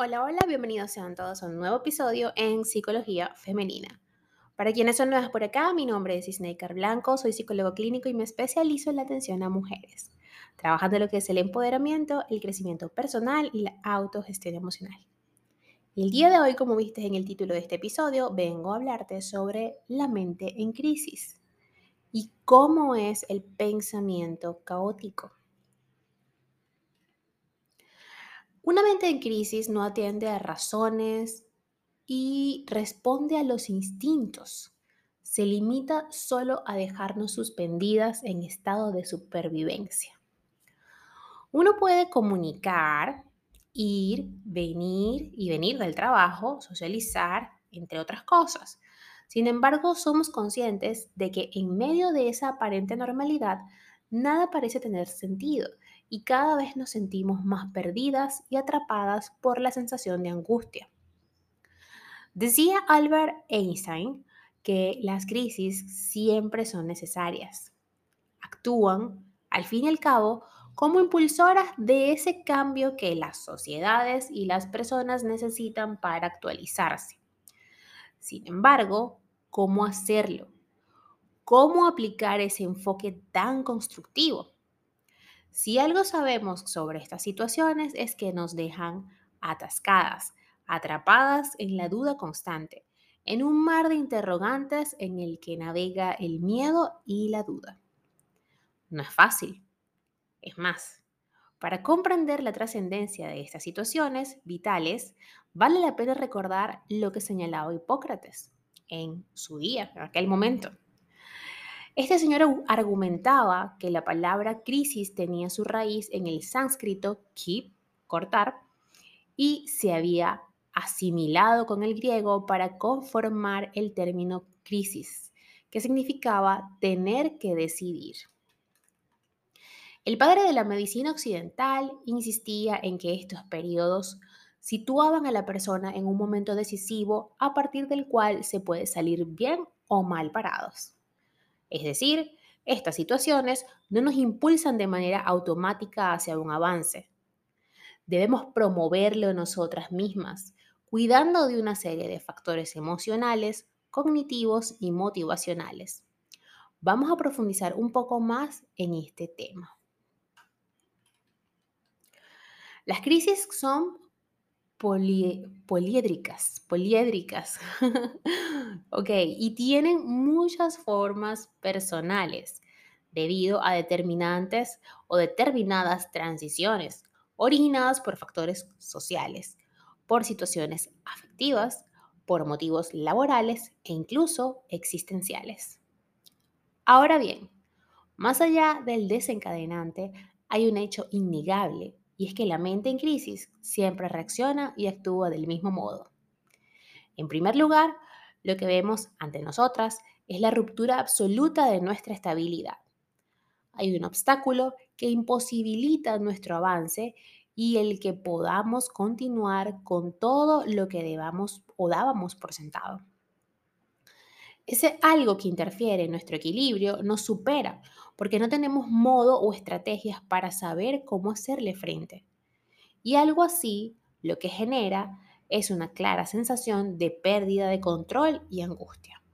Hola, hola, bienvenidos sean todos a un nuevo episodio en Psicología Femenina. Para quienes son nuevas por acá, mi nombre es Isneikar Blanco, soy psicólogo clínico y me especializo en la atención a mujeres, trabajando en lo que es el empoderamiento, el crecimiento personal y la autogestión emocional. Y el día de hoy, como viste en el título de este episodio, vengo a hablarte sobre la mente en crisis y cómo es el pensamiento caótico. Una mente en crisis no atiende a razones y responde a los instintos. Se limita solo a dejarnos suspendidas en estado de supervivencia. Uno puede comunicar, ir, venir y venir del trabajo, socializar, entre otras cosas. Sin embargo, somos conscientes de que en medio de esa aparente normalidad, nada parece tener sentido y cada vez nos sentimos más perdidas y atrapadas por la sensación de angustia. Decía Albert Einstein que las crisis siempre son necesarias. Actúan, al fin y al cabo, como impulsoras de ese cambio que las sociedades y las personas necesitan para actualizarse. Sin embargo, ¿cómo hacerlo? ¿Cómo aplicar ese enfoque tan constructivo? Si algo sabemos sobre estas situaciones es que nos dejan atascadas, atrapadas en la duda constante, en un mar de interrogantes en el que navega el miedo y la duda. No es fácil. Es más, para comprender la trascendencia de estas situaciones vitales, vale la pena recordar lo que señalaba Hipócrates en su día, en aquel momento. Este señor argumentaba que la palabra crisis tenía su raíz en el sánscrito kip, cortar, y se había asimilado con el griego para conformar el término crisis, que significaba tener que decidir. El padre de la medicina occidental insistía en que estos periodos situaban a la persona en un momento decisivo a partir del cual se puede salir bien o mal parados. Es decir, estas situaciones no nos impulsan de manera automática hacia un avance. Debemos promoverlo nosotras mismas, cuidando de una serie de factores emocionales, cognitivos y motivacionales. Vamos a profundizar un poco más en este tema. Las crisis son poliédricas, ok, y tienen muchas formas personales debido a determinantes o determinadas transiciones originadas por factores sociales, por situaciones afectivas, por motivos laborales e incluso existenciales. Ahora bien, más allá del desencadenante, hay un hecho innegable y es que la mente en crisis siempre reacciona y actúa del mismo modo. En primer lugar, lo que vemos ante nosotras es la ruptura absoluta de nuestra estabilidad. Hay un obstáculo que imposibilita nuestro avance y el que podamos continuar con todo lo que debamos o dábamos por sentado. Ese algo que interfiere en nuestro equilibrio nos supera porque no tenemos modo o estrategias para saber cómo hacerle frente. Y algo así lo que genera es una clara sensación de pérdida de control y angustia.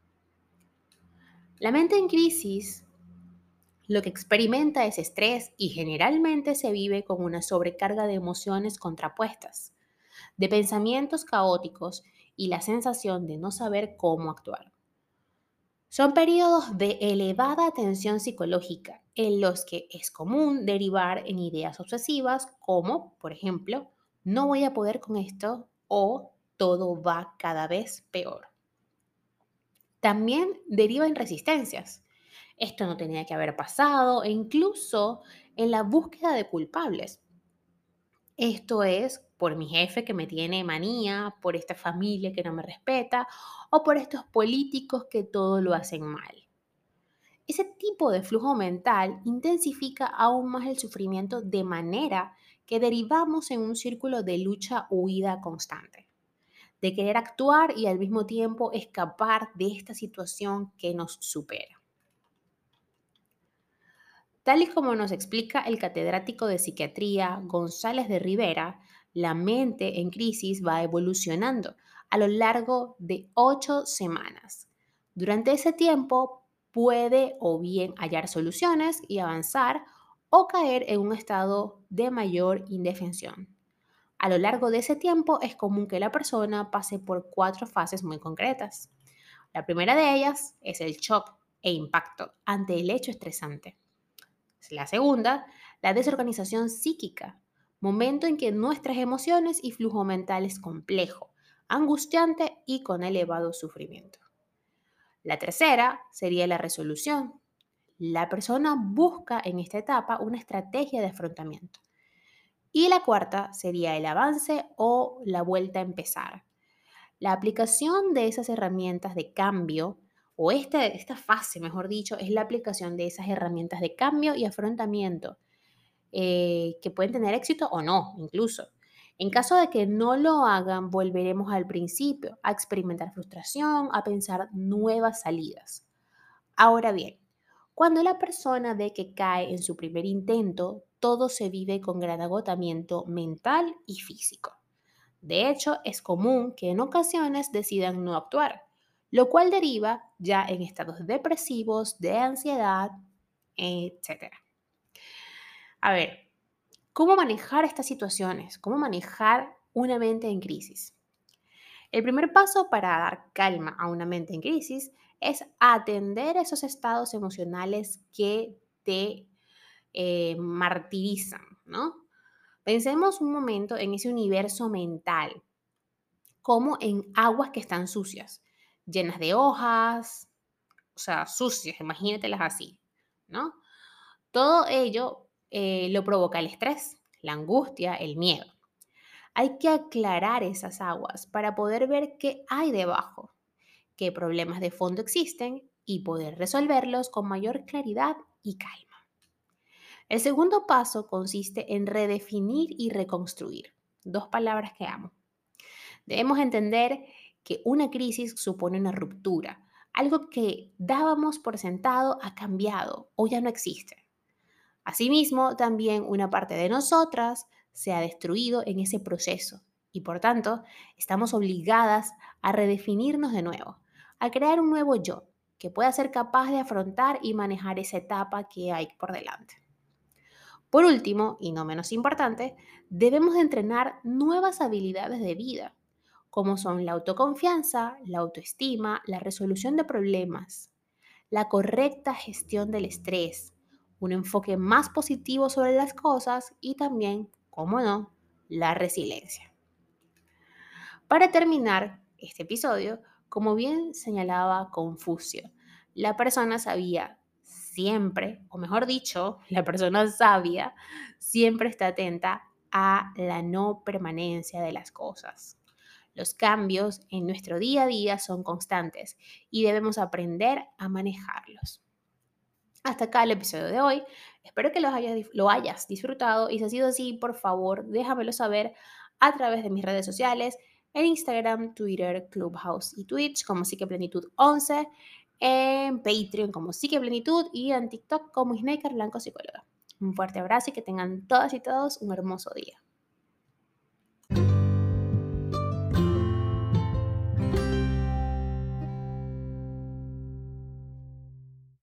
La mente en crisis lo que experimenta es estrés y generalmente se vive con una sobrecarga de emociones contrapuestas, de pensamientos caóticos y la sensación de no saber cómo actuar. Son periodos de elevada tensión psicológica en los que es común derivar en ideas obsesivas como, por ejemplo, no voy a poder con esto o todo va cada vez peor. También deriva en resistencias. Esto no tenía que haber pasado e incluso en la búsqueda de culpables. Esto es por mi jefe que me tiene manía, por esta familia que no me respeta o por estos políticos que todo lo hacen mal. Ese tipo de flujo mental intensifica aún más el sufrimiento de manera que derivamos en un círculo de lucha-huida constante, de querer actuar y al mismo tiempo escapar de esta situación que nos supera. Tal y como nos explica el catedrático de psiquiatría González de Rivera, La mente en crisis va evolucionando a lo largo de 8 semanas. Durante ese tiempo puede o bien hallar soluciones y avanzar o caer en un estado de mayor indefensión. A lo largo de ese tiempo es común que la persona pase por 4 fases muy concretas. La primera de ellas es el shock e impacto ante el hecho estresante. La segunda, la desorganización psíquica, momento en que nuestras emociones y flujo mental es complejo, angustiante y con elevado sufrimiento. La tercera sería la resolución. La persona busca en esta etapa una estrategia de afrontamiento. Y la cuarta sería el avance o la vuelta a empezar. La aplicación de esas herramientas de cambio, o esta fase, mejor dicho, es la aplicación de esas herramientas de cambio y afrontamiento, que pueden tener éxito o no, incluso. En caso de que no lo hagan, volveremos al principio, a experimentar frustración, a pensar nuevas salidas. Ahora bien, cuando la persona ve que cae en su primer intento, todo se vive con gran agotamiento mental y físico. De hecho, es común que en ocasiones decidan no actuar, lo cual deriva ya en estados depresivos, de ansiedad, etcétera. A ver, ¿cómo manejar estas situaciones? ¿Cómo manejar una mente en crisis? El primer paso para dar calma a una mente en crisis es atender esos estados emocionales que te martirizan, ¿no? Pensemos un momento en ese universo mental, como en aguas que están sucias, llenas de hojas, o sea, sucias, imagínatelas así, ¿no? Todo ello lo provoca el estrés, la angustia, el miedo. Hay que aclarar esas aguas para poder ver qué hay debajo, qué problemas de fondo existen y poder resolverlos con mayor claridad y calma. El segundo paso consiste en redefinir y reconstruir. Dos palabras que amo. Debemos entender que una crisis supone una ruptura. Algo que dábamos por sentado ha cambiado o ya no existe. Asimismo, también una parte de nosotras se ha destruido en ese proceso y por tanto estamos obligadas a redefinirnos de nuevo, a crear un nuevo yo que pueda ser capaz de afrontar y manejar esa etapa que hay por delante. Por último, y no menos importante, debemos de entrenar nuevas habilidades de vida, como son la autoconfianza, la autoestima, la resolución de problemas, la correcta gestión del estrés, un enfoque más positivo sobre las cosas y también, como no, la resiliencia. Para terminar este episodio, como bien señalaba Confucio, la persona sabía siempre, o mejor dicho, la persona sabia siempre está atenta a la no permanencia de las cosas. Los cambios en nuestro día a día son constantes y debemos aprender a manejarlos. Hasta acá el episodio de hoy. Espero que lo hayas disfrutado y si ha sido así, por favor, déjamelo saber a través de mis redes sociales, en Instagram, Twitter, Clubhouse y Twitch como Psiqueplenitud11, en Patreon como Psiqueplenitud y en TikTok como Snaker Blanco Psicóloga. Un fuerte abrazo y que tengan todas y todos un hermoso día.